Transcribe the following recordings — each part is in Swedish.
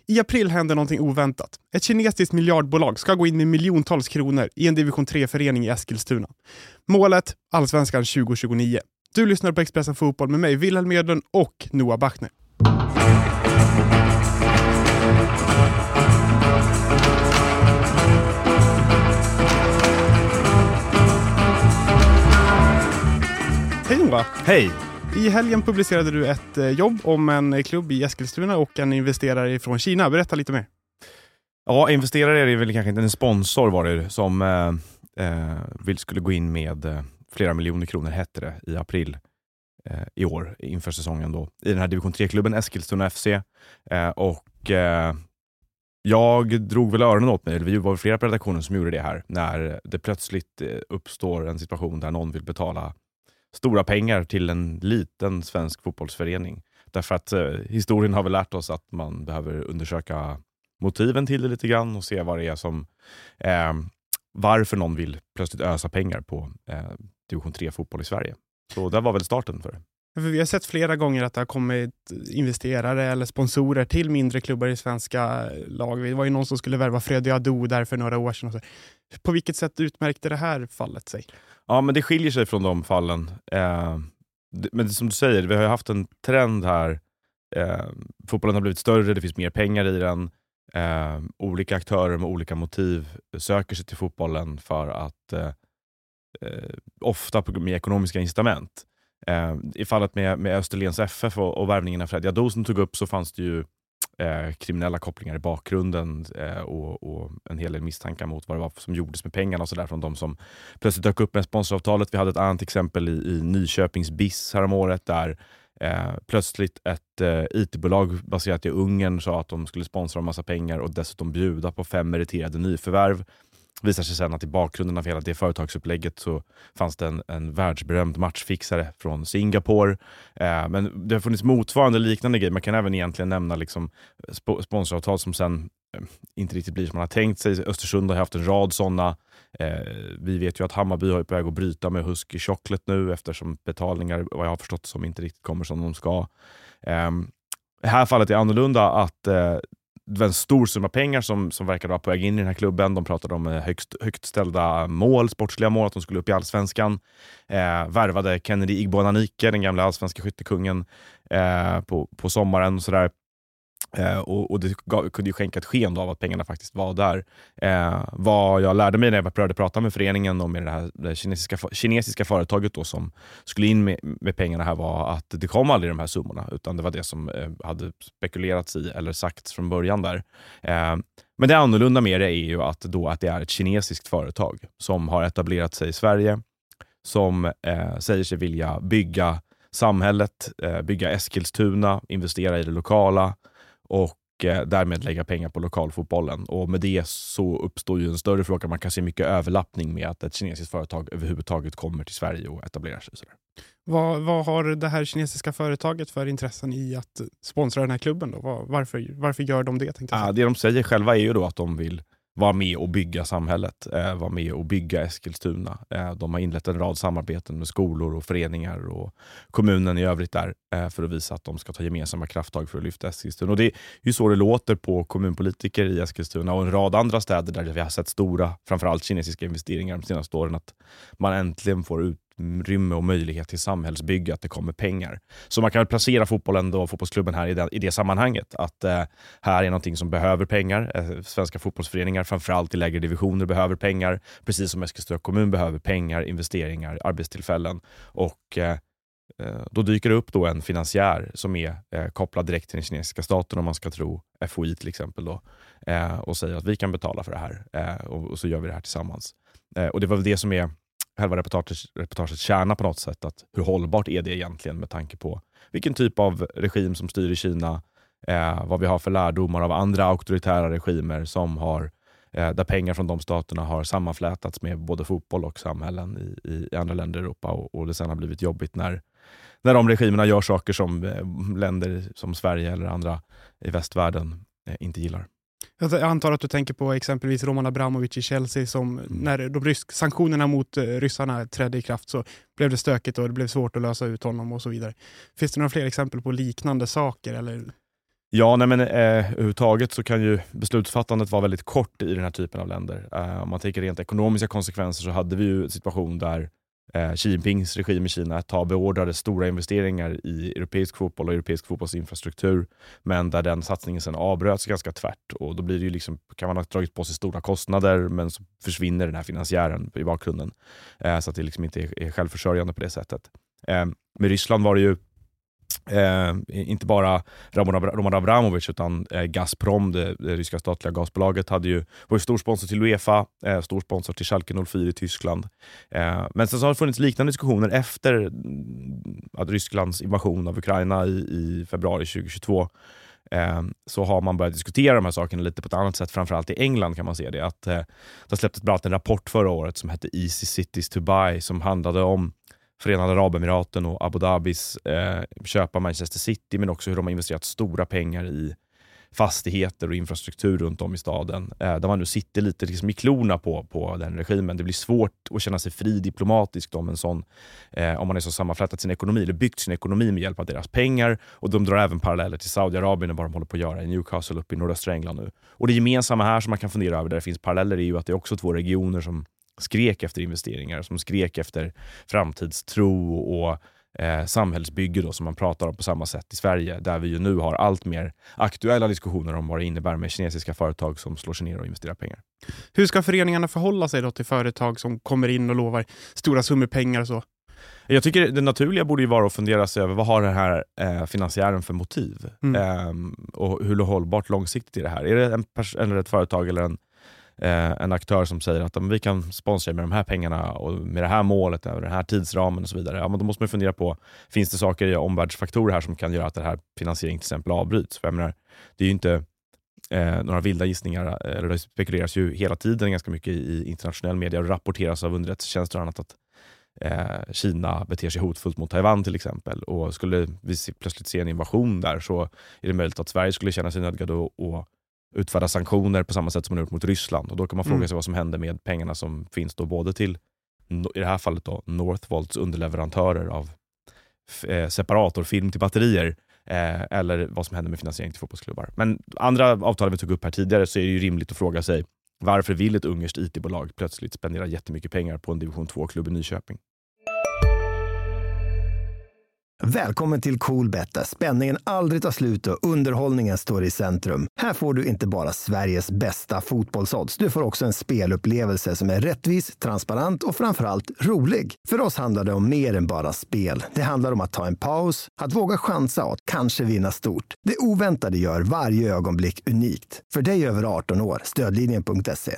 I april hände någonting oväntat. Ett kinesiskt miljardbolag ska gå in med miljontals kronor i en division 3-förening i Eskilstuna. Målet, Allsvenskan 2029. Du lyssnar på Expressen Fotboll med mig, Wilhelm Edlund och Noah Bachner. Hej Noah! Hej! I helgen publicerade du ett jobb om en klubb i Eskilstuna och en investerare från Kina. Berätta lite mer. Ja, investerare är väl kanske inte en sponsor var det som skulle gå in med flera miljoner kronor hette det i april i år inför säsongen då i den här division 3-klubben Eskilstuna FC jag drog väl öronen åt mig, vi var flera på redaktionen som gjorde det här när det plötsligt uppstår en situation där någon vill betala stora pengar till en liten svensk fotbollsförening. Därför att historien har väl lärt oss att man behöver undersöka motiven till det lite grann och se vad det är som varför någon vill plötsligt ösa pengar på division 3-fotboll i Sverige. Så det var väl starten för det. För vi har sett flera gånger att det har kommit investerare eller sponsorer till mindre klubbar i svenska lag. Det var ju någon som skulle värva Freddy Adu där för några år sedan. Och så. På vilket sätt utmärkte det här fallet sig? Ja, men det skiljer sig från de fallen. Men som du säger, vi har ju haft en trend här. Fotbollen har blivit större, det finns mer pengar i den. Olika aktörer med olika motiv söker sig till fotbollen för att ofta med ekonomiska incitament. I fallet med Österlens FF och värvningen av Freddy Adu som tog upp så fanns det ju kriminella kopplingar i bakgrunden och en hel del misstankar mot vad det var som gjordes med pengarna och sådär från de som plötsligt dök upp med sponsoravtalet. Vi hade ett annat exempel i Nyköpings BIS härom året där plötsligt ett IT-bolag baserat i Ungern sa att de skulle sponsra en massa pengar och dessutom bjuda på 5 meriterade nyförvärv. Visar sig sen att i bakgrunden av hela det företagsupplägget så fanns det en världsberömd matchfixare från Singapore. Men det har funnits motsvarande liknande grejer. Man kan även egentligen nämna liksom sponsoravtal som sen inte riktigt blir som man har tänkt sig. Östersund har haft en rad sådana. Vi vet ju att Hammarby har på väg att bryta med Husky Chocolate nu eftersom betalningar, vad jag har förstått, som inte riktigt kommer som de ska. Det här fallet är annorlunda att det var en stor summa pengar som verkade vara på väg in i den här klubben. De pratade om högt ställda mål, sportsliga mål, att de skulle upp i Allsvenskan. Värvade Kennedy Igboananike, den gamla allsvenska skyttekungen, på sommaren och sådär. Och det kunde ju skänka ett sken av att pengarna faktiskt var där. Vad jag lärde mig när jag började prata med föreningen och med det kinesiska företaget då, som skulle in med pengarna här var att det kom aldrig de här summorna, utan det var det som hade spekulerats i eller sagts från början där. Men det annorlunda med det är ju att det är ett kinesiskt företag som har etablerat sig i Sverige, som säger sig vilja bygga samhället, bygga Eskilstuna, investera i det lokala och därmed lägga pengar på lokalfotbollen. Och med det så uppstår ju en större fråga. Man kan se mycket överlappning med att ett kinesiskt företag överhuvudtaget kommer till Sverige och etablerar sig. Sådär. Vad har det här kinesiska företaget för intressen i att sponsra den här klubben då? Varför gör de det? Det de säger själva är ju då att de vill vara med och bygga samhället, vara med och bygga Eskilstuna. De har inlett en rad samarbeten med skolor och föreningar och kommunen i övrigt där för att visa att de ska ta gemensamma krafttag för att lyfta Eskilstuna. Och det är ju så det låter på kommunpolitiker i Eskilstuna och en rad andra städer där vi har sett stora, framförallt kinesiska investeringar de senaste åren, att man äntligen får utrymme och möjlighet till samhällsbygge, att det kommer pengar. Så man kan väl placera fotbollen och fotbollsklubben här i det sammanhanget. Att här är någonting som behöver pengar. Svenska fotbollsföreningar, framförallt i lägre divisioner, behöver pengar. Precis som Eskilstuna kommun behöver pengar, investeringar, arbetstillfällen. Och då dyker det upp då en finansiär som är kopplad direkt till den kinesiska staten, om man ska tro FOI till exempel då, och säger att vi kan betala för det här och så gör vi det här tillsammans. Och det var väl det som är själva reportagets kärna på något sätt, att hur hållbart är det egentligen med tanke på vilken typ av regim som styr i Kina, vad vi har för lärdomar av andra auktoritära regimer som har där pengar från de staterna har sammanflätats med både fotboll och samhällen i andra länder i Europa, och det sen har blivit jobbigt när de regimerna gör saker som länder som Sverige eller andra i västvärlden inte gillar. Jag antar att du tänker på exempelvis Roman Abramovic i Chelsea som när de sanktionerna mot ryssarna trädde i kraft så blev det stökigt och det blev svårt att lösa ut honom och så vidare. Finns det några fler exempel på liknande saker? Eller? Ja, nej men överhuvudtaget så kan ju beslutsfattandet vara väldigt kort i den här typen av länder. Om man tänker rent ekonomiska konsekvenser så hade vi ju en situation där Xi Jinpings regim i Kina beordrade stora investeringar i europeisk fotboll och europeisk fotbollsinfrastruktur, men där den satsningen sen avbröts ganska tvärt, och då blir det ju liksom, kan man ha dragit på sig stora kostnader, men så försvinner den här finansiären i bakgrunden, så att det liksom inte är självförsörjande på det sättet. Med Ryssland var det ju inte bara Roman Abramovich utan Gazprom, det ryska statliga gasbolaget, var ju stor sponsor till UEFA, stor sponsor till Schalke 04 i Tyskland. Men sen så har det funnits liknande diskussioner efter att Rysslands invasion av Ukraina i februari 2022. Så har man börjat diskutera de här sakerna lite på ett annat sätt, framförallt i England kan man se det. Att det släpptes bland annat en rapport förra året som hette Easy Cities to Buy, som handlade om Förenade Arabemiraten och Abu Dhabis köpa Manchester City, men också hur de har investerat stora pengar i fastigheter och infrastruktur runt om i staden. Där man nu sitter lite liksom i klorna på den regimen. Det blir svårt att känna sig fri diplomatiskt om en sån, om man är så sammanflätat sin ekonomi eller byggt sin ekonomi med hjälp av deras pengar. Och de drar även paralleller till Saudiarabien och vad de håller på att göra i Newcastle uppe i nordöstra England nu. Och det gemensamma här som man kan fundera över där det finns paralleller är ju att det är också två regioner som skrek efter investeringar, som skrek efter framtidstro och samhällsbygge då, som man pratar om på samma sätt i Sverige, där vi ju nu har allt mer aktuella diskussioner om vad det innebär med kinesiska företag som slår sig ner och investerar pengar. Hur ska föreningarna förhålla sig då till företag som kommer in och lovar stora summor pengar och så? Jag tycker det naturliga borde ju vara att fundera sig över vad har den här finansiären för motiv? Och hur hållbart långsiktigt är det här? Är det eller ett företag eller en aktör som säger att vi kan sponsra med de här pengarna och med det här målet över den här tidsramen och så vidare. Ja, men då måste man fundera på, finns det saker i omvärldsfaktorer här som kan göra att det här finansieringen till exempel avbryts? För jag menar, det är ju inte några vilda gissningar, eller det spekuleras ju hela tiden ganska mycket i internationell media och rapporteras av underrättelsetjänster och annat att Kina beter sig hotfullt mot Taiwan till exempel, och skulle vi plötsligt se en invasion där, så är det möjligt att Sverige skulle känna sig nödgad och utfärda sanktioner på samma sätt som man gjort mot Ryssland. Och då kan man fråga sig vad som händer med pengarna som finns då både till, i det här fallet då, Northvolts underleverantörer av separatorfilm till batterier, eller vad som händer med finansiering till fotbollsklubbar. Men andra avtal vi tog upp här tidigare, så är det ju rimligt att fråga sig, varför vill ett ungerskt IT-bolag plötsligt spendera jättemycket pengar på en division 2-klubb i Nyköping? Välkommen till Coolbet, där spänningen aldrig tar slut och underhållningen står i centrum. Här får du inte bara Sveriges bästa fotbollsodds. Du får också en spelupplevelse som är rättvis, transparent och framförallt rolig. För oss handlar det om mer än bara spel. Det handlar om att ta en paus, att våga chansa och att kanske vinna stort. Det oväntade gör varje ögonblick unikt. För dig över 18 år, stödlinjen.se.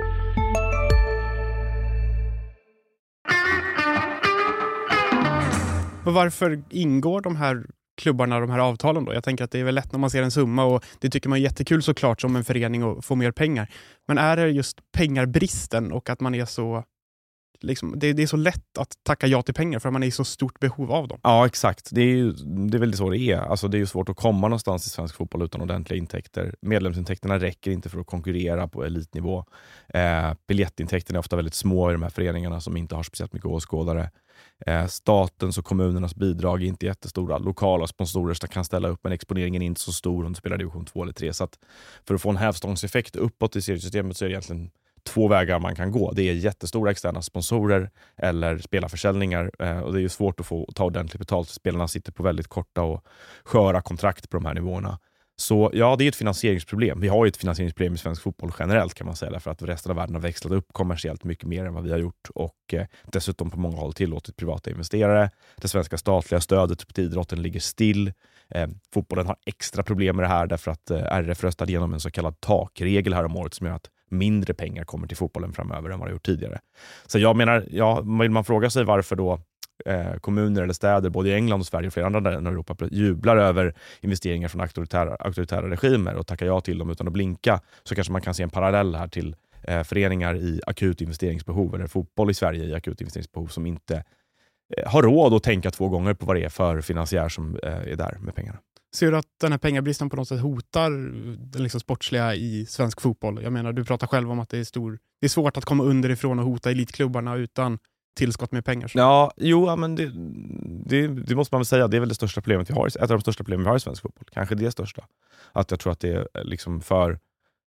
Och varför ingår de här klubbarna, de här avtalen då? Jag tänker att det är väl lätt när man ser en summa, och det tycker man är jättekul såklart som en förening att få mer pengar. Men är det just pengarbristen och att man är så liksom, det är så lätt att tacka ja till pengar för att man är i så stort behov av dem? Ja, exakt. Det är väl så det är. Alltså, det är ju svårt att komma någonstans i svensk fotboll utan ordentliga intäkter. Medlemsintäkterna räcker inte för att konkurrera på elitnivå. Biljettintäkterna är ofta väldigt små i de här föreningarna som inte har speciellt mycket åskådare. Statens och kommunernas bidrag är inte jättestora. Lokala sponsorer kan ställa upp, men exponeringen är inte så stor om du spelar division 2 eller 3. Så att för att få en hävstångseffekt uppåt i seriesystemet så är det egentligen två vägar man kan gå. Det är jättestora externa sponsorer eller spelarförsäljningar, och det är ju svårt att få ta ordentligt betalt. Spelarna sitter på väldigt korta och sköra kontrakt på de här nivåerna. Så ja, det är ett finansieringsproblem. Vi har ju ett finansieringsproblem i svensk fotboll generellt kan man säga, därför att resten av världen har växlat upp kommersiellt mycket mer än vad vi har gjort, och dessutom på många håll tillåtit privata investerare. Det svenska statliga stödet till idrotten ligger still. Fotbollen har extra problem med det här därför att RF röstade igenom en så kallad takregel här om året som gör att mindre pengar kommer till fotbollen framöver än vad det gjort tidigare. Så jag menar, ja, vill man fråga sig varför då kommuner eller städer både i England och Sverige och flera andra länder i Europa jublar över investeringar från auktoritära regimer och tackar ja till dem utan att blinka, så kanske man kan se en parallell här till föreningar i akut investeringsbehov eller fotboll i Sverige i akut investeringsbehov som inte har råd att tänka två gånger på vad det är för finansiär som är där med pengarna. Ser du att den här pengabristen på något sätt hotar den liksom sportsliga i svensk fotboll? Jag menar, du pratar själv om att det är svårt att komma underifrån och hota elitklubbarna utan tillskott med pengar. Ja, men det måste man väl säga. Det är väl det största problemet vi har. Ett av de största problemen vi har i svensk fotboll. Kanske det största. Att jag tror att det är liksom för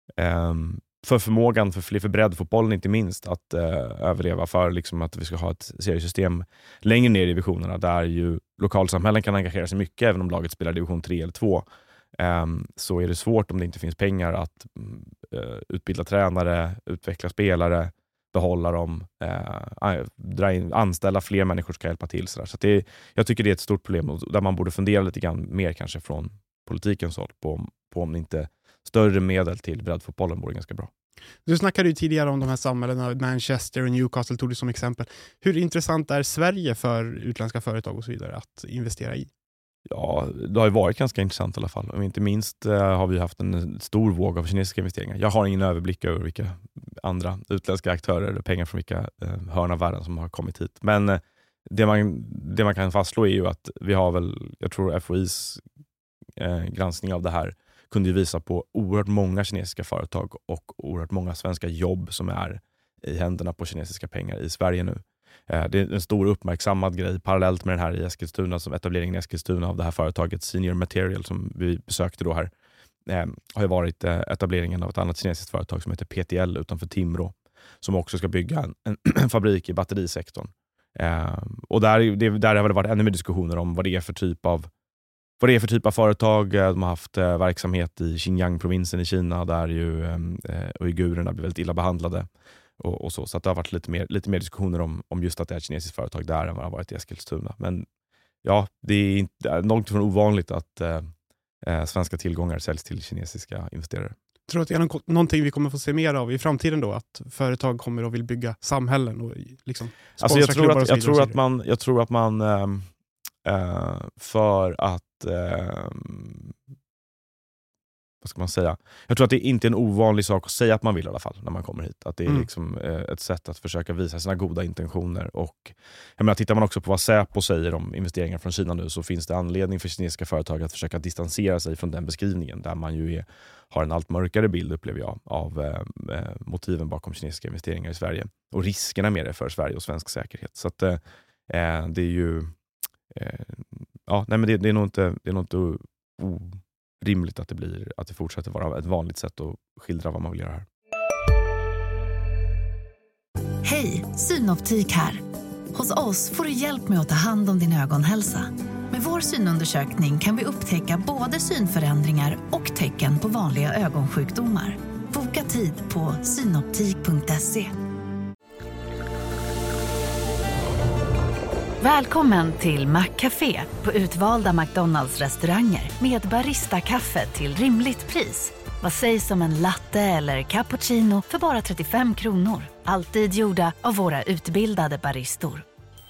förmågan för breddfotbollen inte minst att överleva, för liksom att vi ska ha ett seriesystem längre ner i divisionerna där ju lokalsamhällen kan engagera sig mycket även om laget spelar division 3 eller 2. Så är det svårt om det inte finns pengar att utbilda tränare, utveckla spelare, behålla dem, anställa fler människor ska hjälpa till. Så jag tycker det är ett stort problem och där man borde fundera lite grann mer kanske från politikens håll på om inte större medel till breddfotbollen vore ganska bra. Du snackade ju tidigare om de här samhällena, Manchester och Newcastle tog du som exempel. Hur intressant är Sverige för utländska företag och så vidare att investera i? Ja, det har ju varit ganska intressant i alla fall. Och inte minst har vi haft en stor våg av kinesiska investeringar. Jag har ingen överblick över vilka andra utländska aktörer eller pengar från vilka hörn av världen som har kommit hit. Men det man kan fastslå är ju att vi har väl, jag tror FOIs granskning av det här kunde ju visa på oerhört många kinesiska företag och oerhört många svenska jobb som är i händerna på kinesiska pengar i Sverige nu. Det är en stor uppmärksammad grej parallellt med den här i Eskilstuna, som etableringen i Eskilstuna av det här företaget Senior Material som vi besökte då här, har ju varit etableringen av ett annat kinesiskt företag som heter PTL utanför Timrå som också ska bygga en fabrik i batterisektorn. Och där har det varit ännu mer diskussioner om vad det är för typ av företag. De har haft verksamhet i Xinjiang-provinsen i Kina där ju uigurerna blir väldigt illa behandlade och så att det har varit lite mer diskussioner om just att det är ett kinesiskt företag där än vad det har varit i Eskilstuna. Men ja, det är inte långt från ovanligt att svenska tillgångar säljs till kinesiska investerare. Tror att det är någonting vi kommer få se mer av i framtiden då, att företag kommer och vill bygga samhällen och liksom sponsra klubbar och så vidare? Jag tror att man för att vad ska man säga? Jag tror att det inte är en ovanlig sak att säga att man vill i alla fall när man kommer hit. Att det är liksom ett sätt att försöka visa sina goda intentioner. Och jag menar, tittar man också på vad Säpo säger om investeringar från Kina nu, så finns det anledning för kinesiska företag att försöka distansera sig från den beskrivningen där man ju har en allt mörkare bild, upplever jag, av motiven bakom kinesiska investeringar i Sverige och riskerna med det för Sverige och svensk säkerhet. Så att det är ju men det är nog inte rimligt att det fortsätter vara ett vanligt sätt att skildra vad man vill göra här. Hej, Synoptik här. Hos oss får du hjälp med att ta hand om din ögonhälsa. Med vår synundersökning kan vi upptäcka både synförändringar och tecken på vanliga ögonsjukdomar. Boka tid på synoptik.se. Välkommen till McCafé på utvalda McDonalds-restauranger med barista-kaffe till rimligt pris. Vad sägs om en latte eller cappuccino för bara 35 kronor? Alltid gjorda av våra utbildade baristor.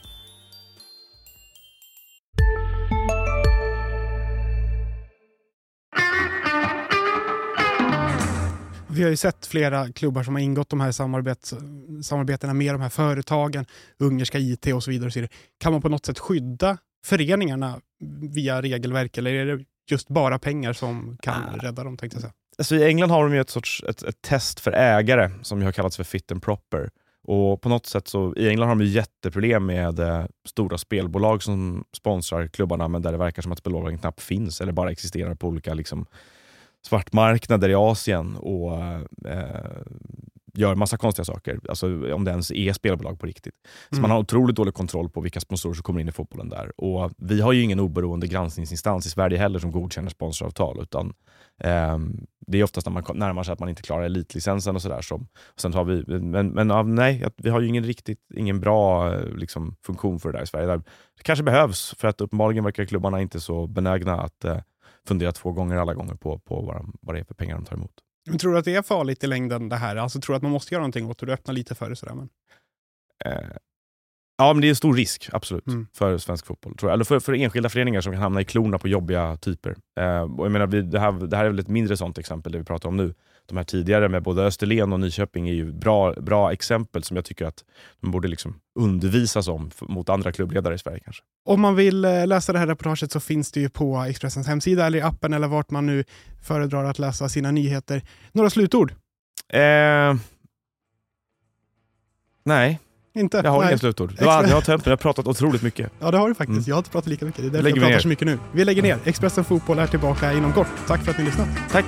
Vi har ju sett flera klubbar som har ingått de här samarbetena med de här företagen, ungerska IT och så vidare. Kan man på något sätt skydda föreningarna via regelverk, eller är det just bara pengar som kan rädda dem, tänkte jag säga? Alltså i England har de ju ett test för ägare som ju har kallats för fit and proper. Och på något sätt så i England har de ju jätteproblem med stora spelbolag som sponsrar klubbarna, men där det verkar som att spelbolagen knappt finns eller bara existerar på olika liksom svartmarknader i Asien och gör massa konstiga saker. Alltså om det ens är spelbolag på riktigt. Så man har otroligt dålig kontroll på vilka sponsorer som kommer in i fotbollen där. Och vi har ju ingen oberoende granskningsinstans i Sverige heller som godkänner sponsoravtal, utan det är oftast när man närmar sig att man inte klarar elitlicensen och sådär. Sen har vi, vi har ju ingen bra liksom, funktion för det där i Sverige. Det kanske behövs, för att uppenbarligen verkar klubbarna inte så benägna att fundera 2 gånger alla gånger på vad det är för pengar de tar emot. Men tror du att det är farligt i längden det här? Alltså tror du att man måste göra någonting åt det? Du öppnar lite för det sådär. Men... Ja, men det är en stor risk, absolut, för svensk fotboll. Tror jag. Eller för enskilda föreningar som kan hamna i klorna på jobbiga typer. Och jag menar, det här är väl ett mindre sånt exempel det vi pratar om nu. De här tidigare med både Österlen och Nyköping är ju bra exempel som jag tycker att man borde liksom undervisas om mot andra klubbledare i Sverige kanske. Om man vill läsa det här reportaget så finns det ju på Expressens hemsida eller i appen eller vart man nu föredrar att läsa sina nyheter. Några slutord? Nej. Inte? Jag har Nej. inga slutord. Jag har tömt, jag har pratat otroligt mycket. Ja, det har du faktiskt. Jag har inte pratat lika mycket. Det är därför Lägger jag vi pratar ner. så mycket nu. Vi lägger ner. Expressen Fotboll är tillbaka inom kort. Tack för att ni lyssnat. Tack!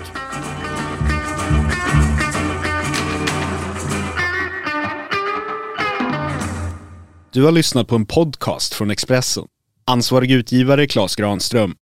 Du har lyssnat på en podcast från Expressen. Ansvarig utgivare Claes Granström.